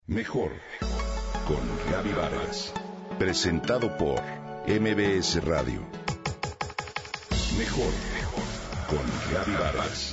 Mejor con Gaby Vargas. Presentado por MBS Radio. Mejor con Gaby Vargas.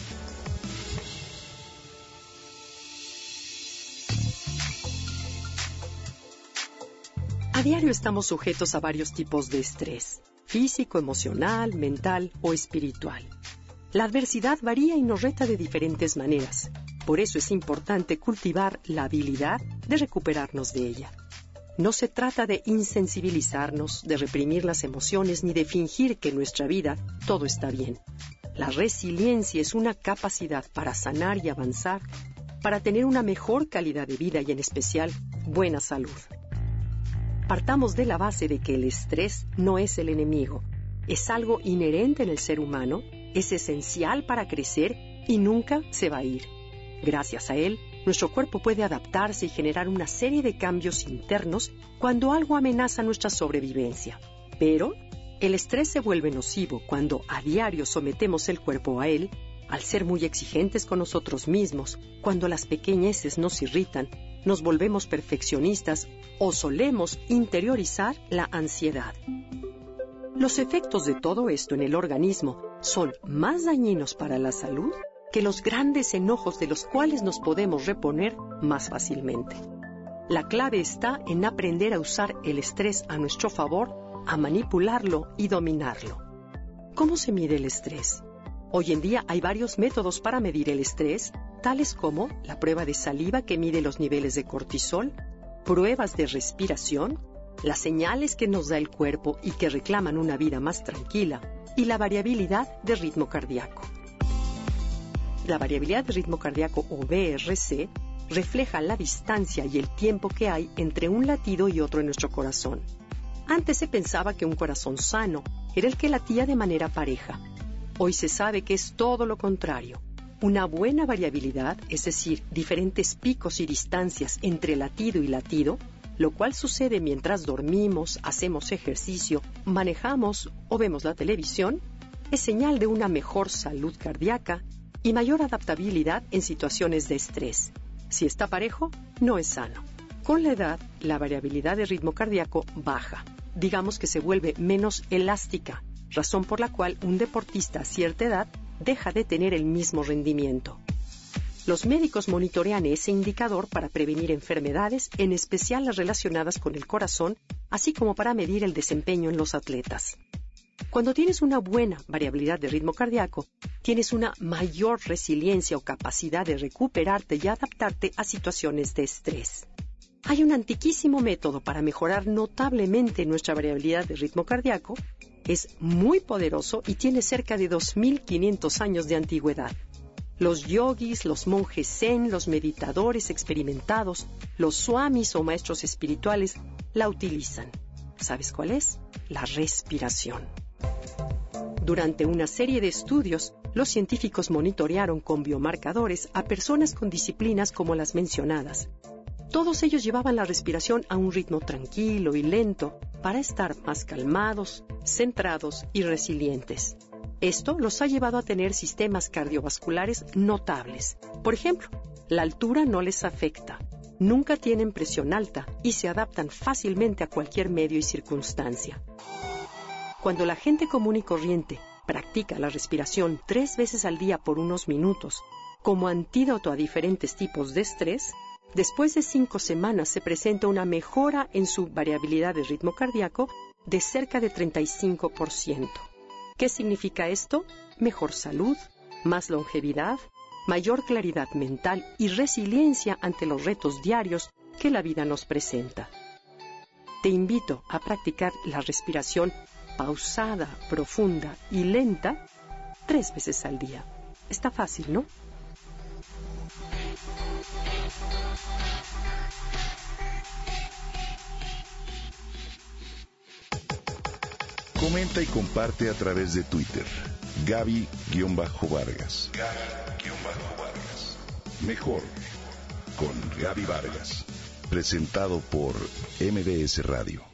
A diario estamos sujetos a varios tipos de estrés, físico, emocional, mental o espiritual. La adversidad varía y nos reta de diferentes maneras. Por eso es importante cultivar la habilidad de recuperarnos de ella. No se trata de insensibilizarnos, de reprimir las emociones ni de fingir que en nuestra vida todo está bien. La resiliencia es una capacidad para sanar y avanzar, para tener una mejor calidad de vida y en especial buena salud. Partamos de la base de que el estrés no es el enemigo, es algo inherente en el ser humano, es esencial para crecer y nunca se va a ir. Gracias a él, nuestro cuerpo puede adaptarse y generar una serie de cambios internos cuando algo amenaza nuestra sobrevivencia. Pero el estrés se vuelve nocivo cuando a diario sometemos el cuerpo a él, al ser muy exigentes con nosotros mismos, cuando las pequeñeces nos irritan, nos volvemos perfeccionistas o solemos interiorizar la ansiedad. Los efectos de todo esto en el organismo son más dañinos para la salud que los grandes enojos de los cuales nos podemos reponer más fácilmente. La clave está en aprender a usar el estrés a nuestro favor, a manipularlo y dominarlo. ¿Cómo se mide el estrés? Hoy en día hay varios métodos para medir el estrés, tales como la prueba de saliva que mide los niveles de cortisol, pruebas de respiración, las señales que nos da el cuerpo y que reclaman una vida más tranquila, y la variabilidad de ritmo cardíaco. La variabilidad de ritmo cardíaco o VRC refleja la distancia y el tiempo que hay entre un latido y otro en nuestro corazón. Antes se pensaba que un corazón sano era el que latía de manera pareja. Hoy se sabe que es todo lo contrario. Una buena variabilidad, es decir, diferentes picos y distancias entre latido y latido, lo cual sucede mientras dormimos, hacemos ejercicio, manejamos o vemos la televisión, es señal de una mejor salud cardíaca y mayor adaptabilidad en situaciones de estrés. Si está parejo, no es sano. Con la edad, la variabilidad de ritmo cardíaco baja. Digamos que se vuelve menos elástica, razón por la cual un deportista a cierta edad deja de tener el mismo rendimiento. Los médicos monitorean ese indicador para prevenir enfermedades, en especial las relacionadas con el corazón, así como para medir el desempeño en los atletas. Cuando tienes una buena variabilidad de ritmo cardíaco, tienes una mayor resiliencia o capacidad de recuperarte y adaptarte a situaciones de estrés. Hay un antiquísimo método para mejorar notablemente nuestra variabilidad de ritmo cardíaco. Es muy poderoso y tiene cerca de 2500 años de antigüedad. Los yogis, los monjes zen, los meditadores experimentados, los swamis o maestros espirituales la utilizan. ¿Sabes cuál es? La respiración. Durante una serie de estudios, los científicos monitorearon con biomarcadores a personas con disciplinas como las mencionadas. Todos ellos llevaban la respiración a un ritmo tranquilo y lento para estar más calmados, centrados y resilientes. Esto los ha llevado a tener sistemas cardiovasculares notables. Por ejemplo, la altura no les afecta, nunca tienen presión alta y se adaptan fácilmente a cualquier medio y circunstancia. Cuando la gente común y corriente practica la respiración 3 veces al día por unos minutos, como antídoto a diferentes tipos de estrés, después de 5 semanas se presenta una mejora en su variabilidad de ritmo cardíaco de cerca de 35%. ¿Qué significa esto? Mejor salud, más longevidad, mayor claridad mental y resiliencia ante los retos diarios que la vida nos presenta. Te invito a practicar la respiración pausada, profunda y lenta 3 veces al día. Está fácil, ¿no? Comenta y comparte a través de Twitter. Gaby-Vargas. Gaby-Vargas. Mejor con Gaby Vargas. Presentado por MBS Radio.